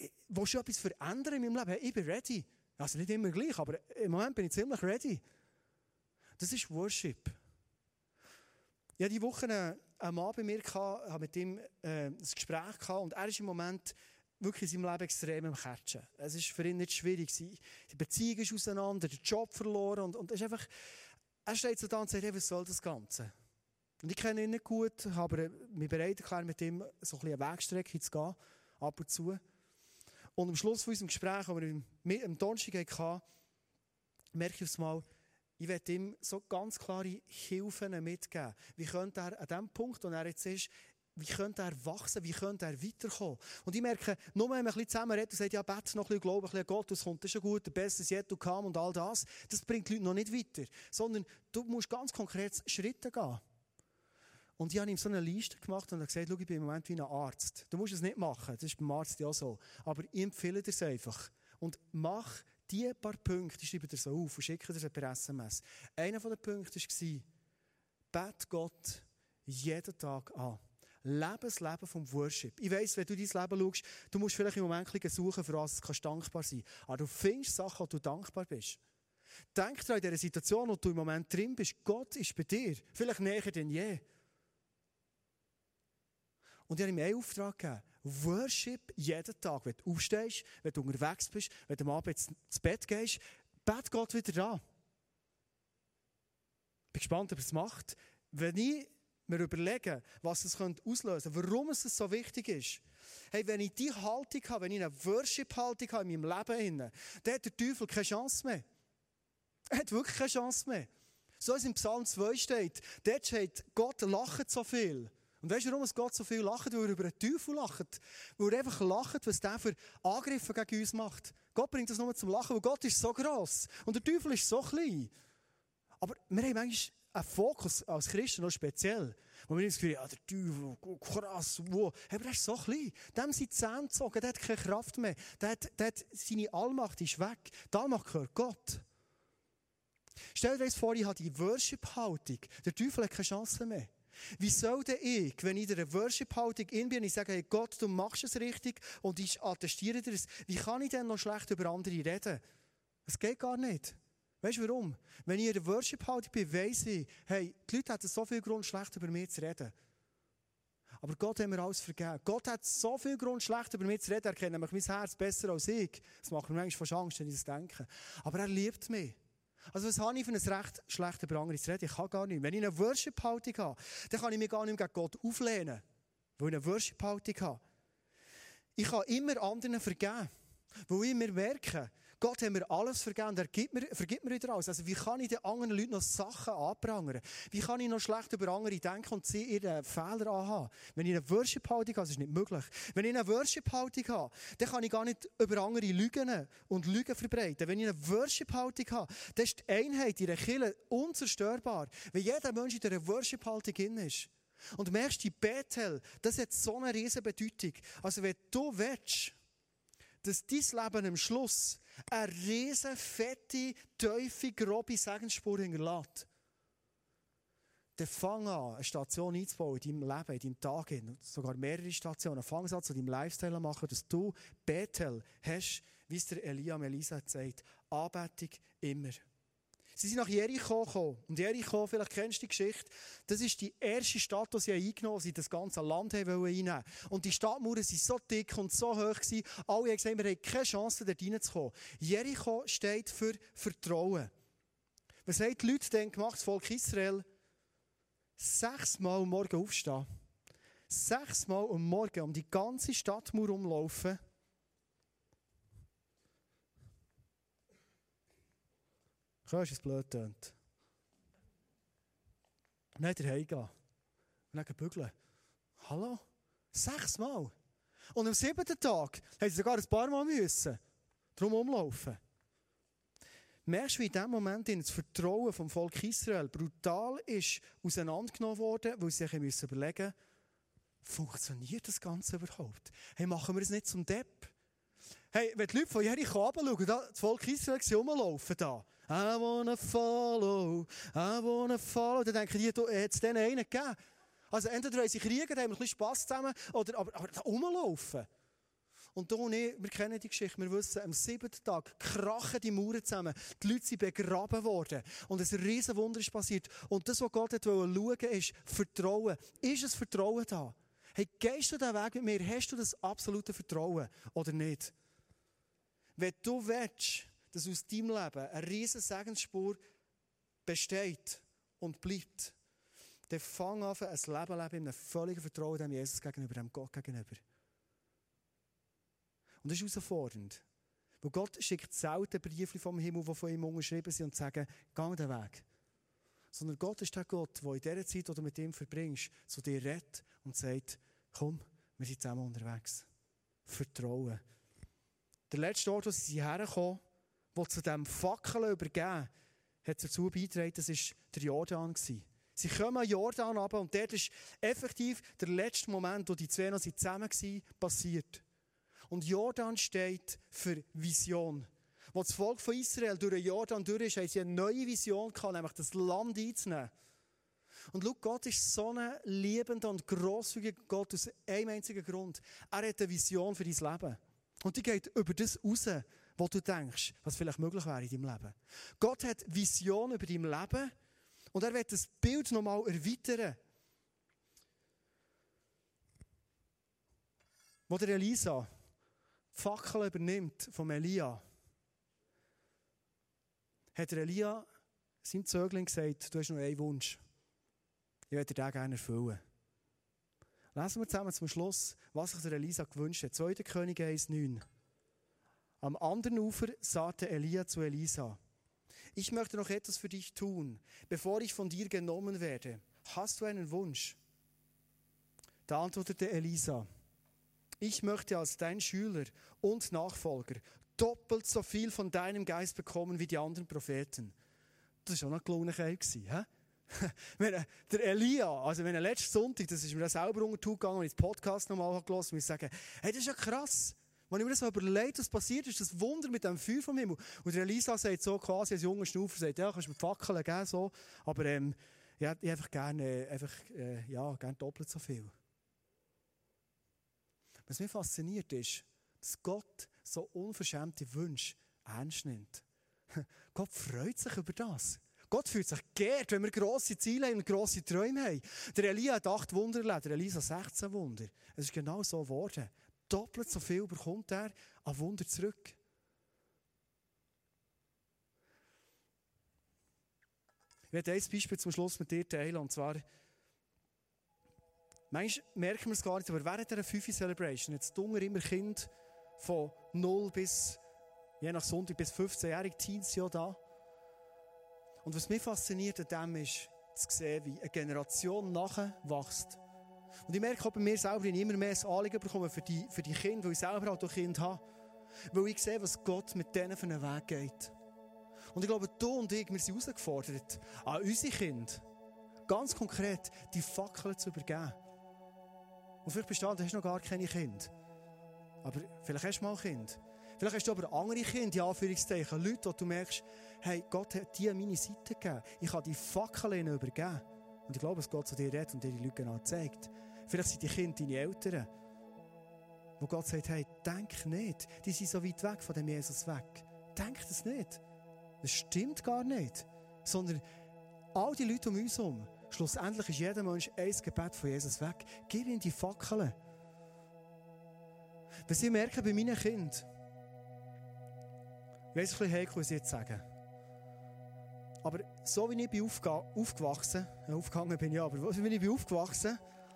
willst du etwas verändern in meinem Leben? Hey, ich bin ready. Also nicht immer gleich, aber im Moment bin ich ziemlich ready. Das ist Worship. Ich hatte diese Woche einen Mann bei mir, habe mit ihm ein Gespräch gehabt und er ist im Moment wirklich in seinem Leben extrem im Catchen. Es war für ihn nicht schwierig. Die Beziehung ist auseinander, der Job verloren und es ist einfach, er steht so da und sagt, hey, was soll das Ganze? Und ich kenne ihn nicht gut, aber mich bereit erklärt, mit ihm so ein bisschen eine Wegstrecke zu gehen, ab und zu. Und am Schluss von unserem Gespräch, das wir am Donnerstag hatten, merke ich aufs Mal, ich werde ihm so ganz klare Hilfen mitgeben. Wie könnte er an dem Punkt, wo er jetzt ist, wie könnte er wachsen, wie könnte er weiterkommen? Und ich merke, nur wenn man ein bisschen zusammen redet und sagt, ja, bete noch ein bisschen, glaube ein bisschen an Gott, das kommt, das ist schon gut, der Beste yet to come und all das, das bringt die Leute noch nicht weiter. Sondern du musst ganz konkret Schritte gehen. Und ich habe ihm so eine Liste gemacht und habe gesagt, schau, ich bin im Moment wie ein Arzt. Du musst es nicht machen, das ist beim Arzt ja so. Aber ich empfehle dir es einfach. Und mach die paar Punkte, ich schreibe dir so auf und schicke dir per SMS. Einer der Punkte war, bete Gott jeden Tag an. Lebe das Leben vom Worship. Ich weiss, wenn du dein Leben schaust, du musst vielleicht im Moment ein bisschen suchen, für was du dankbar sein kannst. Aber du findest Sachen, wo du dankbar bist. Denk daran, in dieser Situation, wo du im Moment drin bist, Gott ist bei dir. Vielleicht näher denn je. Und ich habe ihm einen Auftrag gegeben. Worship jeden Tag. Wenn du aufstehst, wenn du unterwegs bist, wenn du am Abend ins Bett gehst, bete Gott wieder an. Ich bin gespannt, ob er es macht. Wenn ich mir überlege, was es auslösen könnte, warum es so wichtig ist. Hey, wenn ich diese Haltung habe, wenn ich eine Worship-Haltung habe in meinem Leben, dann hat der Teufel keine Chance mehr. Er hat wirklich keine Chance mehr. So wie es im Psalm 2 steht, dort steht, Gott lacht so viel. Und weißt du, warum Gott so viel lacht? Weil er über den Teufel lacht. Weil er einfach lacht, was der für Angriffe gegen uns macht. Gott bringt das nur zum Lachen, weil Gott ist so gross. Und der Teufel ist so klein. Aber wir haben manchmal einen Fokus als Christen noch speziell. Wo wir uns fühlen, ja, der Teufel, krass, wow. Aber er ist so klein. Dem sind die Zähne gezogen, der hat keine Kraft mehr. Der hat seine Allmacht ist weg. Die Allmacht gehört Gott. Stell dir jetzt vor, ich habe die Worship-Haltung. Der Teufel hat keine Chance mehr. Wie soll denn ich, wenn ich in einer Worship-Haltung in bin und ich sage, hey Gott, du machst es richtig und ich attestiere dir es, wie kann ich denn noch schlecht über andere reden? Das geht gar nicht. Weißt du warum? Wenn ich in einer Worship-Haltung bin, weiss ich, hey, die Leute hatten so viel Grund, schlecht über mich zu reden. Aber Gott hat mir alles vergeben. Gott hat so viel Grund, schlecht über mich zu reden. Er kennt nämlich mein Herz besser als ich. Das macht mir manchmal fast Angst, wenn ich das denke. Aber er liebt mich. Also was habe ich für ein Recht, schlecht über andere zu reden? Ich kann gar nicht. Wenn ich eine Worship-Haltung habe, dann kann ich mich gar nicht mehr gegen Gott auflehnen. Weil ich eine Worship-Haltung habe. Ich kann immer anderen vergeben. Weil ich mir merke, Gott hat mir alles vergeben und er vergibt mir wieder alles. Also wie kann ich den anderen Leuten noch Sachen anprangern? Wie kann ich noch schlecht über andere denken und sie ihre Fehler anhaben? Wenn ich eine Worship-Haltung habe, das ist nicht möglich. Wenn ich eine Worship-Haltung habe, dann kann ich gar nicht über andere lügen und Lügen verbreiten. Wenn ich eine Worship-Haltung habe, dann ist die Einheit in der Kirche unzerstörbar. Wenn jeder Mensch in dieser Worship-Haltung drin ist. Und du merkst, die Bethel, das hat so eine riesige Bedeutung. Also wenn du willst, dass dein Leben am Schluss eine riesen, fette, tiefe, grobe Segensspur hinterlässt, dann fang an, eine Station einzubauen in deinem Leben, in deinem Tag, sogar mehrere Stationen. Fang an, zu deinem Lifestyle zu machen, dass du Bethel hast, wie es der Elia und Elisa sagt, Anbetung immer. Sie sind nach Jericho gekommen. Und Jericho, vielleicht kennst du die Geschichte, das ist die erste Stadt, die sie eingenommen haben, die sie das ganze Land einnehmen wollten. Und die Stadtmauern waren so dick und so hoch gewesen, alle haben gesagt, wir haben keine Chance, dort reinzukommen. Jericho steht für Vertrauen. Was haben die Leute denn gemacht, das Volk Israel? 6 Mal am Morgen aufstehen. 6 Mal am Morgen um die ganze Stadtmauer umlaufen. Hörst du, es blöd tönt? Und dann wieder heimgehen. Und dann bügeln. Hallo? 6 Mal. Und am 7. Tag haben sie sogar ein paar Mal müssen. Darum umlaufen. Merkst du, wie in diesem Moment das Vertrauen vom Volk Israel brutal ist auseinandergenommen worden, weil sie sich überlegen mussten, funktioniert das Ganze überhaupt? Hey, machen wir es nicht zum Depp? Hey, wenn die Leute von Jericho runterschauen, das Volk Israel rumlaufen da. I wanna follow. Dann denken die, du hättest denen einen gegeben. Also entweder haben sie Kriege, haben ein bisschen Spass zusammen, aber da rumlaufen. Und du und ich, wir kennen die Geschichte, wir wissen, am 7. Tag krachen die Mauern zusammen, die Leute sind begraben worden und ein riesen Wunder ist passiert. Und das, was Gott schauen wollte, ist Vertrauen. Ist es Vertrauen da? Hey, gehst du diesen Weg mit mir? Hast du das absolute Vertrauen oder nicht? Wenn du willst, dass aus deinem Leben eine riesen Segensspur besteht und bleibt, dann fang an, ein Leben leben in einem völligen Vertrauen dem Jesus gegenüber, dem Gott gegenüber. Und das ist herausfordernd. Weil Gott schickt selten Briefe vom Himmel, die von ihm unterschrieben sind und sagen, geh den Weg. Sondern Gott ist der Gott, der in der Zeit, die du mit ihm verbringst, zu dir redet und sagt, komm, wir sind zusammen unterwegs. Vertrauen. Der letzte Ort, wo sie hergekommen, der zu diesem Fackeln übergeben, hat dazu beigetragen, das war der Jordan. Sie kommen an Jordan runter und dort ist effektiv der letzte Moment, wo die zwei noch zusammen waren, passiert. Und Jordan steht für Vision. Als das Volk von Israel durch den Jordan durch ist, haben sie eine neue Vision gehabt, nämlich das Land einzunehmen. Und schau, Gott ist so ein liebender und grosszügiger Gott aus einem einzigen Grund. Er hat eine Vision für dein Leben. Und die geht über das raus, was du denkst, was vielleicht möglich wäre in deinem Leben. Gott hat Vision über dein Leben und er wird das Bild nochmal erweitern. Wo der Elisa die Fackel übernimmt vom Elia, hat der Elia seinem Zögling gesagt, du hast noch einen Wunsch. Ich werde dir den gerne erfüllen. Lesen wir zusammen zum Schluss, was sich der Elisa gewünscht hat. 2. Könige 1,9. Am anderen Ufer sagte Elia zu Elisa, ich möchte noch etwas für dich tun, bevor ich von dir genommen werde. Hast du einen Wunsch? Da antwortete Elisa, ich möchte als dein Schüler und Nachfolger doppelt so viel von deinem Geist bekommen wie die anderen Propheten. Das war auch noch gelungen, hä? Der Elia, also wenn er letzten Sonntag, das ist mir selber untergegangen, wenn ich den Podcast nochmal gehört habe, muss ich sagen, hey, das ist ja krass. Wenn ich mir das so überlege, was passiert ist, das Wunder mit dem Feuer vom Himmel. Und der Elisa sagt so quasi als junger Schnaufer, sagt, ja, kannst du mir Fackeln geben, so, aber ja, ich einfach gerne doppelt so viel. Was mich fasziniert ist, dass Gott so unverschämte Wünsche ernst nimmt. Gott freut sich über das. Gott fühlt sich geehrt, wenn wir grosse Ziele haben und grosse Träume haben. Der Elia hat 8 Wunder erlebt, der Elisa 16 Wunder. Es ist genau so geworden. Doppelt so viel bekommt er an Wunder zurück. Ich werde ein Beispiel zum Schluss mit dir teilen, und zwar, manchmal merken wir es gar nicht, aber während dieser 5-Celebration hat es immer Kinder von 0 bis, je nach Sonntag, bis 15-jährige Teens ja da. Und was mich fasziniert an dem ist, zu sehen, wie eine Generation nachwächst. Und ich merke auch bei mir selber, ich immer mehr ein Anliegen bekomme für die Kinder, weil ich selber auch Kinder habe. Weil ich sehe, was Gott mit denen für einen Weg geht. Und ich glaube, du und ich, wir sind herausgefordert, an unsere Kinder, ganz konkret, die Fackeln zu übergeben. Und vielleicht bist du hast noch gar keine Kinder. Aber vielleicht hast du mal ein Kind. Vielleicht hast du aber andere Kinder, in Anführungszeichen, Leute, wo du merkst, hey, Gott hat die an meine Seite gegeben. Ich kann die Fackeln ihnen übergeben. Und ich glaube, dass Gott zu dir redet und dir die Leute genau zeigt. Vielleicht sind die Kinder deine Eltern, wo Gott sagt, hey, denk nicht, die sind so weit weg von dem Jesus weg. Denk das nicht. Das stimmt gar nicht. Sondern all die Leute um uns herum, schlussendlich ist jeder Mensch ein Gebet von Jesus weg. Gib ihm die Fackeln. Was ich merke bei meinen Kindern, ich weiss, ein bisschen heikel, was ich jetzt sagen. Aber so wie ich bin aufgegangen bin ich, aber wie ich bin aufgewachsen,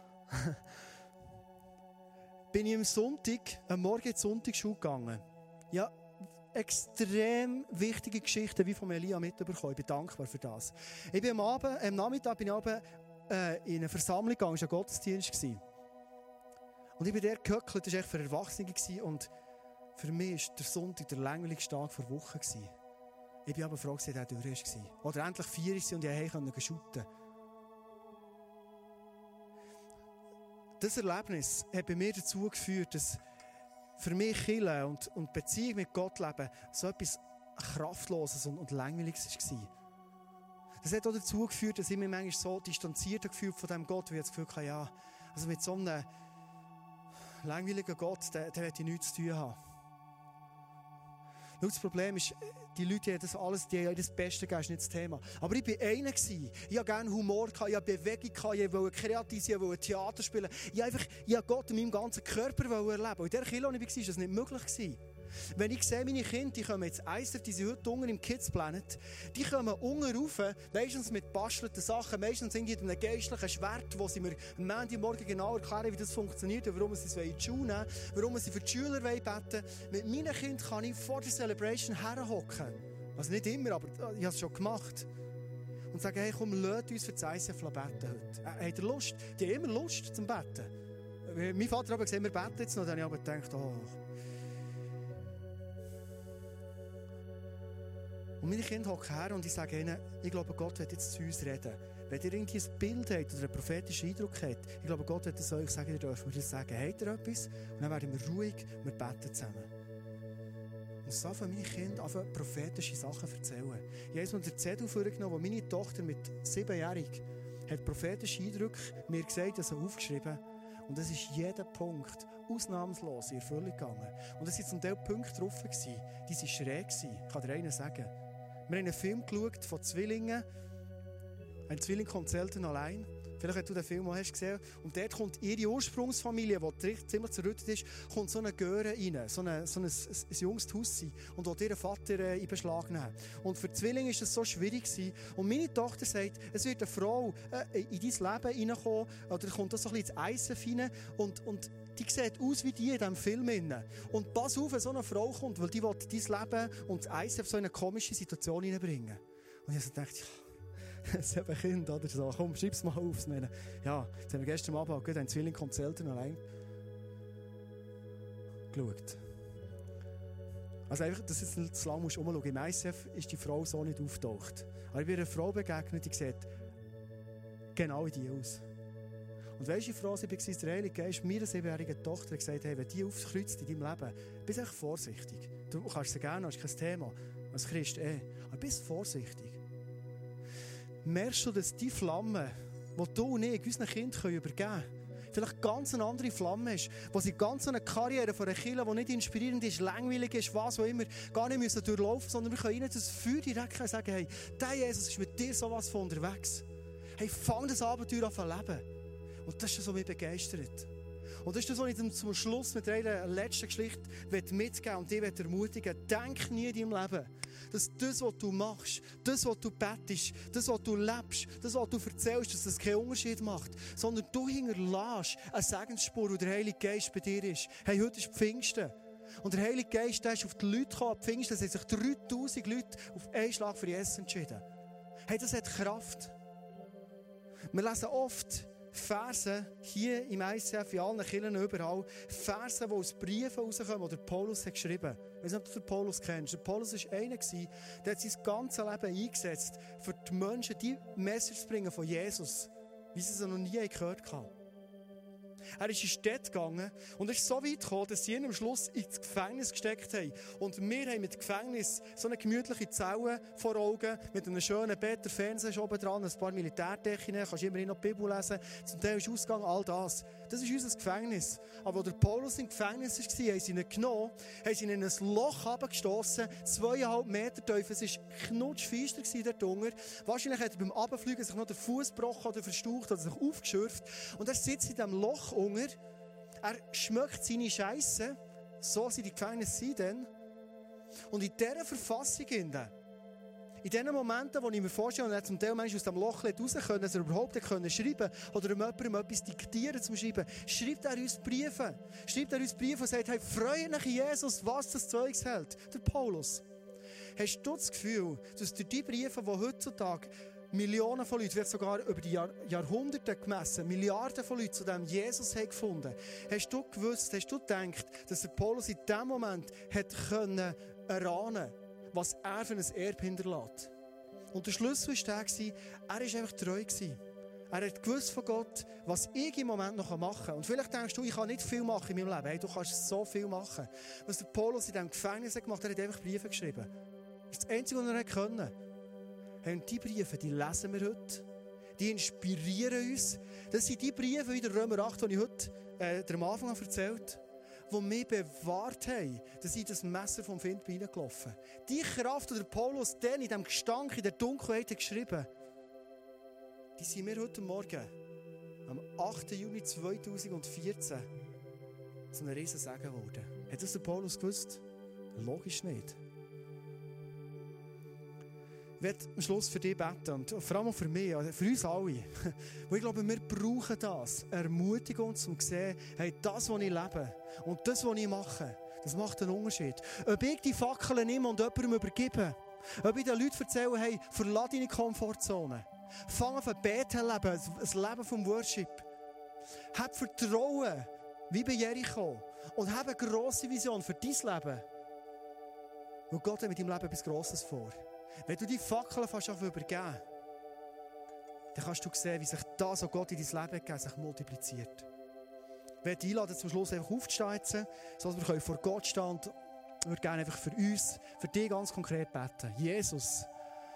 bin ich am Morgen in die Sonntagsschule gegangen. Ja, extrem wichtige Geschichten wie von Elia mitbekommen. Ich bin dankbar für das. Ich bin am Nachmittag bin ich in eine Versammlung gegangen, es war ein Gottesdienst. Und ich bin dort gehöckelt, das war echt für Erwachsene und für mich war der Sonntag der langweiligste Tag der Woche. Ich bin aber froh, dass er durch war. Oder endlich 4 war und ich konnte shooten. Das Erlebnis hat bei mir dazu geführt, dass für mich Kirche und Beziehung mit Gott leben so etwas Kraftloses und Langweiliges war. Das hat auch dazu geführt, dass ich mich manchmal so distanziert gefühlt von diesem Gott, wie ich das Gefühl hatte, ja, also mit so einem langweiliger Gott, der will nichts zu tun haben. Schau, das Problem ist, die Leute haben das alles, die haben das Beste gegeben, ist nicht das Thema. Aber ich war einer. Ich hatte gerne Humor, ich hatte Bewegung, ich wollte kreativ sein, ich wollte Theater spielen. Ich wollte Gott in meinem ganzen Körper erleben. Und in dieser Kirche, wo ich war, war das nicht möglich. Wenn ich sehe, meine Kinder, die kommen jetzt ISF, die sind heute unten im Kids Planet, die kommen unten rauf, meistens mit bastelten Sachen, meistens mit einem geistlichen Schwert, wo sie mir am Montagmorgen genau erklären, wie das funktioniert und warum sie es in die Schule nehmen, warum sie für die Schüler beten wollen. Mit meinen Kindern kann ich vor der Celebration herhocken. Also nicht immer, aber ich habe es schon gemacht. Und sagen, hey, komm, lasst uns für das ISF beten heute. Habt ihr Lust? Die haben immer Lust zum Beten. Mein Vater hat gesagt, wir beten jetzt noch, dann habe ich aber gedacht, oh. Und meine Kinder hocken her und ich sage ihnen, ich glaube, Gott wird jetzt zu uns reden. Wenn ihr irgendwie ein Bild habt oder einen prophetischen Eindruck habt, ich glaube, Gott wird es euch sagen, ihr dürft mir das sagen. Habt ihr etwas? Und dann werden wir ruhig, wir beten zusammen. Und so fangen meine Kinder an, prophetische Sachen zu erzählen. Ich habe mir den Zettel vorgenommen, wo meine Tochter mit 7-jährig hat prophetische Eindrücke mir gesagt, dass er aufgeschrieben. Und es ist jeder Punkt ausnahmslos in Erfüllung gegangen. Und es waren zum Teil Punkte drauf, die waren schräg. Ich kann dir einen sagen. Wir haben einen Film geschaut von Zwillingen. Ein Zwilling kommt selten allein. Vielleicht hast du den Film auch gesehen. Und dort kommt ihre Ursprungsfamilie, die ziemlich zerrüttet ist, kommt so eine Göre rein, so ein junges Tussi, und will ihren Vater in Beschlag nehmen. Und für die Zwillinge war das so schwierig. Und meine Tochter sagt, es wird eine Frau in dein Leben hineinkommen, oder kommt das so ein bisschen ins Eisen rein, und die sieht aus wie die in diesem Film. Und pass auf, wenn so eine Frau kommt, weil die will dein Leben und das Eisen auf so eine komische Situation hineinbringen. Und ich dachte, ja, das ist ein Kind, oder so. Komm, schreib's mal auf. Ja, jetzt haben wir gestern Abend gehört, ein Zwilling kommt selten allein geschaut. Also einfach, dass du jetzt zu lange umschauen musst. Im ISF ist die Frau so nicht auftaucht. Aber ich bin einer Frau begegnet, die sieht genau wie die aus. Und weißt du, wie froh ich war, der Heilige Geist meiner 7-jährigen Tochter gesagt hat, wenn die aufkreuzt in deinem Leben, bist echt vorsichtig. Du kannst sie gerne, das ist kein Thema. Als Christ aber bist vorsichtig. Merkst du, dass die Flamme, die du und ich unseren Kindern übergeben können, vielleicht ganz eine andere Flamme ist, wo sie ganz eine Karriere von einer Kirche, die nicht inspirierend ist, langweilig ist, was auch immer, gar nicht müssen durchlaufen, sondern wir können ihnen das Feuer direkt sagen, hey, der Jesus ist mit dir sowas von unterwegs. Hey, fang das Abenteuer an zu leben. Und das ist das, was mich begeistert. Und das ist das, was ich zum Schluss mit einer letzten Geschichte mitgeben und dich ermutigen. Denk nie in deinem Leben, dass das, was du machst, das, was du betest, das, was du lebst, das, was du erzählst, dass das keinen Unterschied macht. Sondern du hinterlässt eine Segensspur, wo der Heilige Geist bei dir ist. Hey, heute ist Pfingsten. Und der Heilige Geist, der ist auf die Leute gekommen. Pfingsten, es haben sich 3000 Leute auf einen Schlag für Jesus entschieden. Hey, das hat Kraft. Wir lesen oft Verse hier im ICF, in allen Kirchen überall, Verse, die aus Briefen rauskommen, die Paulus hat geschrieben hat. Ich weiß nicht, ob du den Paulus kennst. Der Paulus war einer, der hat sein ganzes Leben eingesetzt, für die Menschen die Message zu bringen von Jesus, wie sie es noch nie gehört haben. Er ist in die Stadt gegangen und es ist so weit gekommen, dass sie ihn am Schluss ins Gefängnis gesteckt haben. Und wir haben mit dem Gefängnis so eine gemütliche Zelle vor Augen, mit einem schönen Bett, der Fernseher ist oben dran, ein paar Militärdecken, kannst immerhin noch die Bibel lesen, zum Teil ist Ausgang, all das. Das ist unser Gefängnis. Aber als der Paulus im Gefängnis war, haben sie ihn genommen, haben sie ihn in ein Loch runtergestossen, 2,5 Meter tief, es war knutschfeister dort unten. Wahrscheinlich hat er beim Runterfliegen sich noch den Fuß gebrochen oder verstaucht oder sich aufgeschürft. Und er sitzt in diesem Loch unter, er schmeckt seine Scheisse, so sind die Gefängnisse dann. Und in dieser Verfassung, in den Momenten, wo ich mir vorstelle, er zum Teil aus dem Loch raus können, dass er überhaupt schreiben oder jemandem etwas diktieren zum Schreiben, schreibt er uns Briefe. Schreibt er uns Briefe und sagt, hey, freue dich Jesus, was das Zeugs hält. Der Paulus. Hast du das Gefühl, dass durch die Briefe, die heutzutage Millionen von Leuten, vielleicht sogar über die Jahrhunderte gemessen, Milliarden von Leuten zu diesem Jesus haben gefunden, hast du gewusst, hast du gedacht, dass der Paulus in diesem Moment erahnen konnte, was er für ein Erbe hinterlässt. Und der Schlüssel war der, er war einfach treu. Er hat gewusst von Gott, was ich im Moment noch machen kann. Und vielleicht denkst du, ich kann nicht viel machen in meinem Leben. Hey, du kannst so viel machen. Was der Paulus in diesem Gefängnis gemacht hat, er hat einfach Briefe geschrieben. Das ist das Einzige, was er konnte. Hey, und die Briefe, die lesen wir heute. die inspirieren uns. Das sind die Briefe in der Römer 8, die ich heute am Anfang erzählt habe, die mich bewahrt haben, dass ich das Messer vom Find bin reingelaufen. Die Kraft, die der Paulus dann in diesem Gestank, in der Dunkelheit hat geschrieben, die sind mir heute Morgen, am 8. Juni 2014, so ein riesen Segen geworden. Hat das der Paulus gewusst? Logisch nicht. Ich werde am Schluss für dich beten und vor allem auch für mich, für uns alle. Weil ich glaube, wir brauchen das. Ermutigung, um zu sehen, hey, das, was ich lebe und das, was ich mache, das macht einen Unterschied. Ob ich die Fackeln nehme und jemandem übergebe, ob ich den Leuten erzähle, hey, verlass deine Komfortzone. Fang an beten leben, ein Leben vom Worship. Hab Vertrauen, wie bei Jericho. Und hab eine grosse Vision für dein Leben. Und Gott hat mit deinem Leben etwas Grosses vor. Wenn du die Fackeln fast übergeben, dann kannst du sehen, wie sich das, was Gott in dein Leben gegeben hat, sich multipliziert. Ich werde dich einladen, zum Schluss einfach aufzustehen, sodass wir vor Gott stehen und ich würde gerne einfach für uns, für dich ganz konkret beten. Jesus,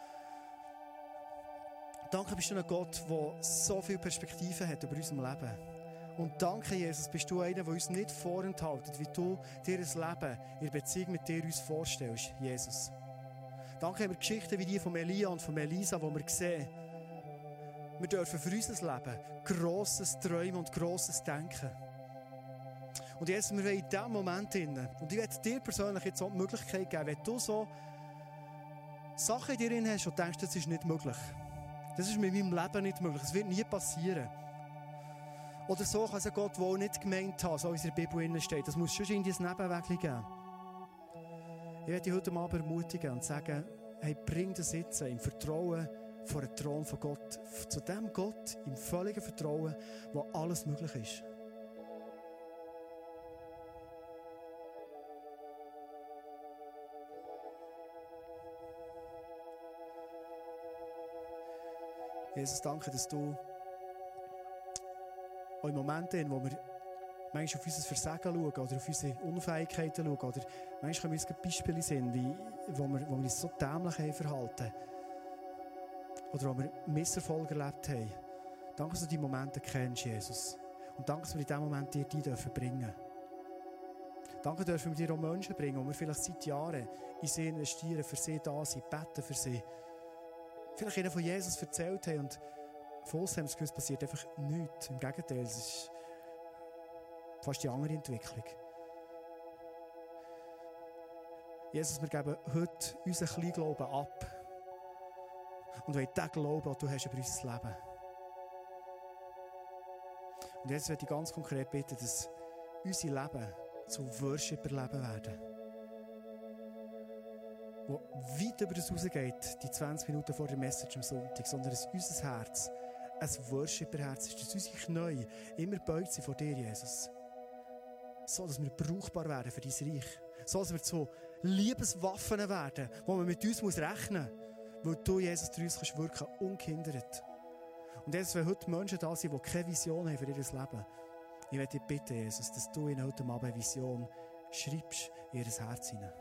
danke bist du ein Gott, der so viele Perspektiven hat über unserem Leben. Und danke, Jesus, bist du einer, der uns nicht vorenthaltet, wie du dir ein Leben in der Beziehung mit dir uns vorstellst, Jesus. Danke haben wir Geschichten wie die von Elia und von Elisa, wo wir sehen, wir dürfen für unser Leben Grosses träumen und Grosses denken. Und Jesus, wir wollen in diesem Moment drin, und ich werde dir persönlich jetzt auch die Möglichkeit geben, wenn du so Sachen in dir drin hast und denkst, das ist nicht möglich. Das ist mit meinem Leben nicht möglich. Das wird nie passieren. Oder so kann es ein Gott wohl nicht gemeint haben, so wie es in der Bibel steht. Das muss schon in dieses Nebenweg geben. Ich werde dich heute Abend ermutigen und sagen, hey, bring das jetzt im Vertrauen vor den Thron von Gott. Zu dem Gott, im völligen Vertrauen, wo alles möglich ist. Jesus, danke, dass du auch in Momenten, wo wir manchmal auf unser Versagen schauen oder auf unsere Unfähigkeiten schauen oder manchmal können wir uns Beispiele sehen, wo wir uns so dämlich verhalten oder wo wir Misserfolg erlebt haben. Danke, dass du diese Momente kennst, Jesus. Und danke, dass wir in diesem Moment dir die bringen dürfen. Danke dürfen wir dir auch Menschen bringen, die wir vielleicht seit Jahren in sie investieren, für sie da sind, beten für sie. Vielleicht ihnen von Jesus erzählt haben und von uns haben wir gewusst, passiert einfach nichts. Im Gegenteil, es ist fast die andere Entwicklung. Jesus, wir geben heute unseren kleinen Glauben ab. Und wollen den Glauben, den du hast über unser Leben. Und jetzt möchte ich ganz konkret bitten, dass unser Leben zu Worshipper-Leben werden. Wo weit über das rausgeht, die 20 Minuten vor der Message am Sonntag, sondern dass unser Herz ein Worshipper-Herz ist, dass unsere Knie immer beugt sind vor dir, Jesus. So, dass wir brauchbar werden für dein Reich. So, dass wir zu Liebeswaffen werden, wo man mit uns rechnen muss, weil du, Jesus, durch uns wirken kannst, ungehindert. Und jetzt, wenn heute Menschen da sind, die keine Vision haben für ihr Leben, ich möchte dich bitten, Jesus, dass du ihnen heute Abend eine Vision schreibst in ihr Herz hinein.